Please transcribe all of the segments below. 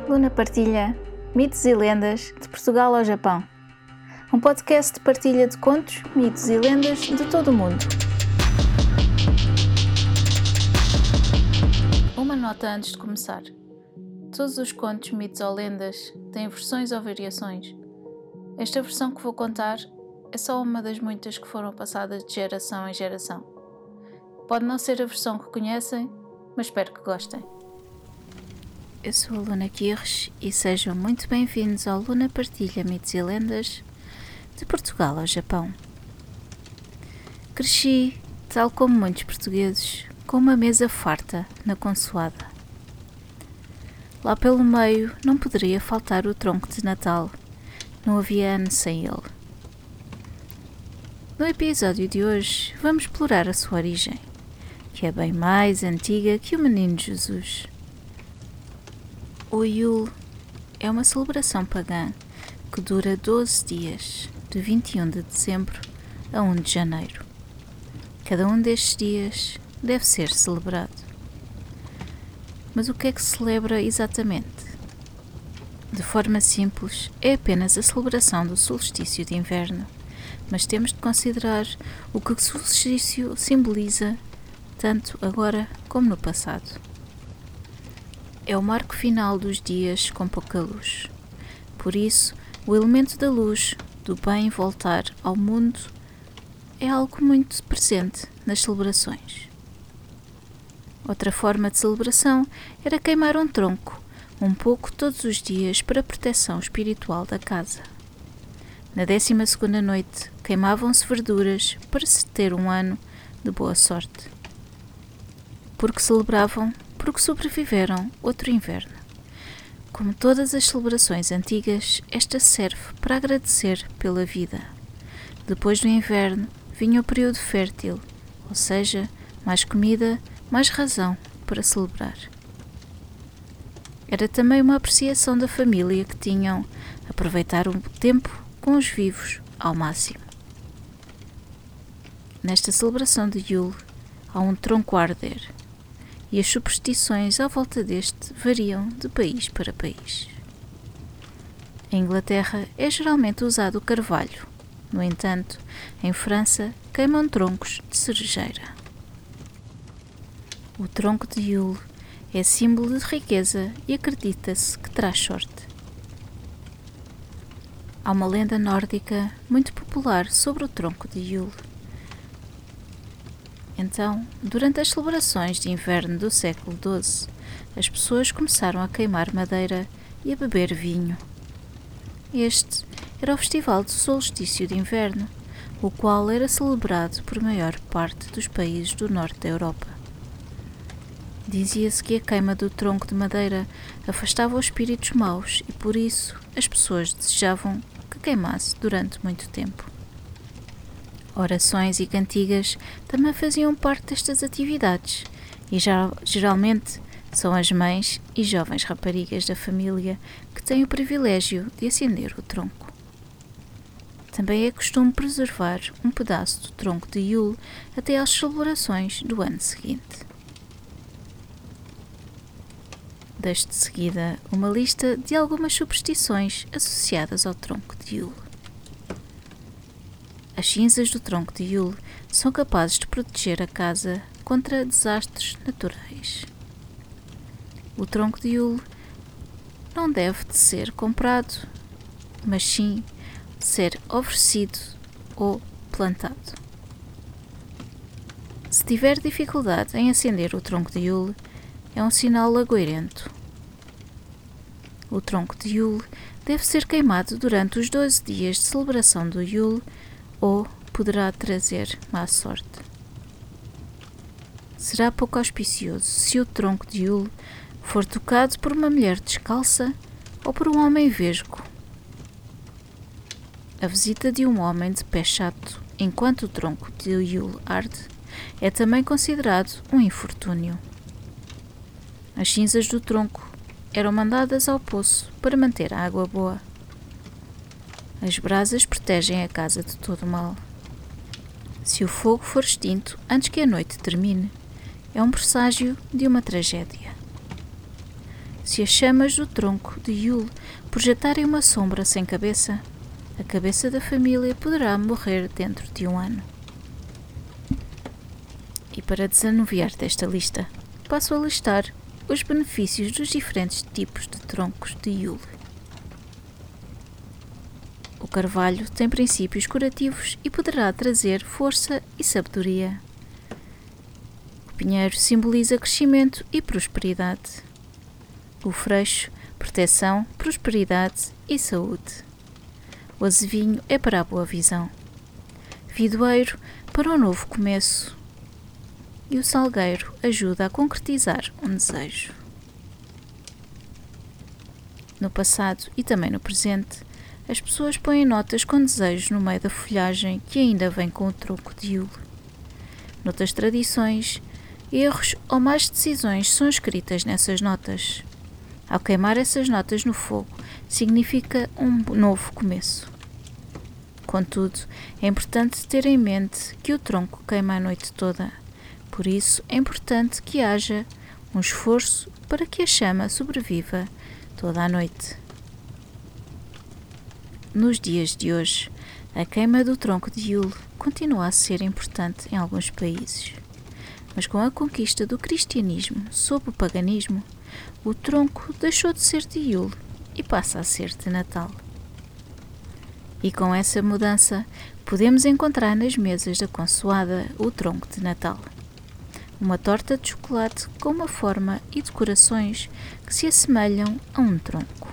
Luna partilha mitos e lendas de Portugal ao Japão. Um podcast de partilha de contos, mitos e lendas de todo o mundo. Uma nota antes de começar. Todos os contos, mitos ou lendas têm versões ou variações. Esta versão que vou contar é só uma das muitas que foram passadas de geração em geração. Pode não ser a versão que conhecem, mas espero que gostem. Eu sou a Luna Kirsch e sejam muito bem-vindos ao Luna Partilha Mitos e Lendas de Portugal ao Japão. Cresci, tal como muitos portugueses, com uma mesa farta na consoada. Lá pelo meio não poderia faltar o tronco de Natal, não havia ano sem ele. No episódio de hoje vamos explorar a sua origem, que é bem mais antiga que o Menino Jesus. O Yule é uma celebração pagã que dura 12 dias, de 21 de dezembro a 1 de janeiro. Cada um destes dias deve ser celebrado. Mas o que é que se celebra exatamente? De forma simples, é apenas a celebração do solstício de inverno, mas temos de considerar o que o solstício simboliza, tanto agora como no passado. É o marco final dos dias com pouca luz. Por isso, o elemento da luz, do bem voltar ao mundo, é algo muito presente nas celebrações. Outra forma de celebração era queimar um tronco, um pouco todos os dias para a proteção espiritual da casa. Na 12ª noite, queimavam-se verduras para se ter um ano de boa sorte. Porque celebravam, porque sobreviveram outro inverno. Como todas as celebrações antigas, esta serve para agradecer pela vida. Depois do inverno, vinha o período fértil, ou seja, mais comida, mais razão para celebrar. Era também uma apreciação da família que tinham, aproveitar o tempo com os vivos ao máximo. Nesta celebração de Yule, há um tronco a arder, e as superstições à volta deste variam de país para país. Em Inglaterra é geralmente usado o carvalho, no entanto, em França queimam troncos de cerejeira. O tronco de Yule é símbolo de riqueza e acredita-se que traz sorte. Há uma lenda nórdica muito popular sobre o tronco de Yule. Então, durante as celebrações de inverno do século XII, as pessoas começaram a queimar madeira e a beber vinho. Este era o festival do solstício de inverno, o qual era celebrado por maior parte dos países do norte da Europa. Dizia-se que a queima do tronco de madeira afastava os espíritos maus e por isso as pessoas desejavam que queimasse durante muito tempo. Orações e cantigas também faziam parte destas atividades e geralmente são as mães e jovens raparigas da família que têm o privilégio de acender o tronco. Também é costume preservar um pedaço do tronco de Yule até às celebrações do ano seguinte. Deixo de seguida uma lista de algumas superstições associadas ao tronco de Yule. As cinzas do tronco de Yule são capazes de proteger a casa contra desastres naturais. O tronco de Yule não deve de ser comprado, mas sim de ser oferecido ou plantado. Se tiver dificuldade em acender o tronco de Yule, é um sinal lagoirento. O tronco de Yule deve ser queimado durante os 12 dias de celebração do Yule ou poderá trazer má sorte. Será pouco auspicioso se o tronco de Yule for tocado por uma mulher descalça ou por um homem vesgo. A visita de um homem de pé chato enquanto o tronco de Yule arde é também considerado um infortúnio. As cinzas do tronco eram mandadas ao poço para manter a água boa. As brasas protegem a casa de todo mal. Se o fogo for extinto antes que a noite termine, é um presságio de uma tragédia. Se as chamas do tronco de Yule projetarem uma sombra sem cabeça, a cabeça da família poderá morrer dentro de 1 ano. E para desanuviar desta lista, passo a listar os benefícios dos diferentes tipos de troncos de Yule. O carvalho tem princípios curativos e poderá trazer força e sabedoria. O pinheiro simboliza crescimento e prosperidade. O freixo, proteção, prosperidade e saúde. O azevinho é para a boa visão. Vidoeiro para um novo começo. E o salgueiro ajuda a concretizar um desejo. No passado e também no presente, as pessoas põem notas com desejos no meio da folhagem que ainda vem com o tronco de Yule. Noutras tradições, erros ou más decisões são escritas nessas notas. Ao queimar essas notas no fogo, significa um novo começo. Contudo, é importante ter em mente que o tronco queima a noite toda. Por isso, é importante que haja um esforço para que a chama sobreviva toda a noite. Nos dias de hoje, a queima do tronco de Yule continua a ser importante em alguns países. Mas com a conquista do cristianismo sob o paganismo, o tronco deixou de ser de Yule e passa a ser de Natal. E com essa mudança, podemos encontrar nas mesas da consoada o tronco de Natal. Uma torta de chocolate com uma forma e decorações que se assemelham a um tronco.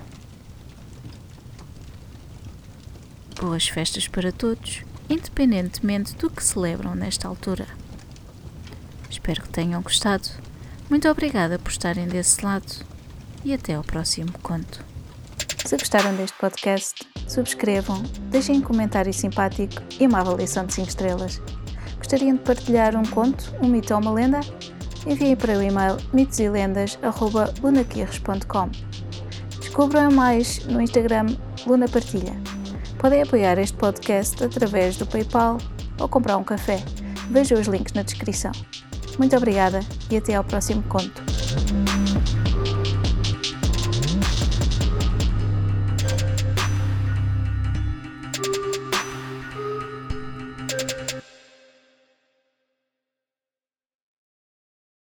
Boas festas para todos, independentemente do que celebram nesta altura. Espero que tenham gostado. Muito obrigada por estarem desse lado e até ao próximo conto. Se gostaram deste podcast, subscrevam, deixem um comentário simpático e uma avaliação de 5 estrelas. Gostariam de partilhar um conto, um mito ou uma lenda? Enviem para o e-mail mitoselendas@lunaquirres.com. Descubram mais no Instagram Luna Partilha. Podem apoiar este podcast através do PayPal ou comprar um café. Vejam os links na descrição. Muito obrigada e até ao próximo conto.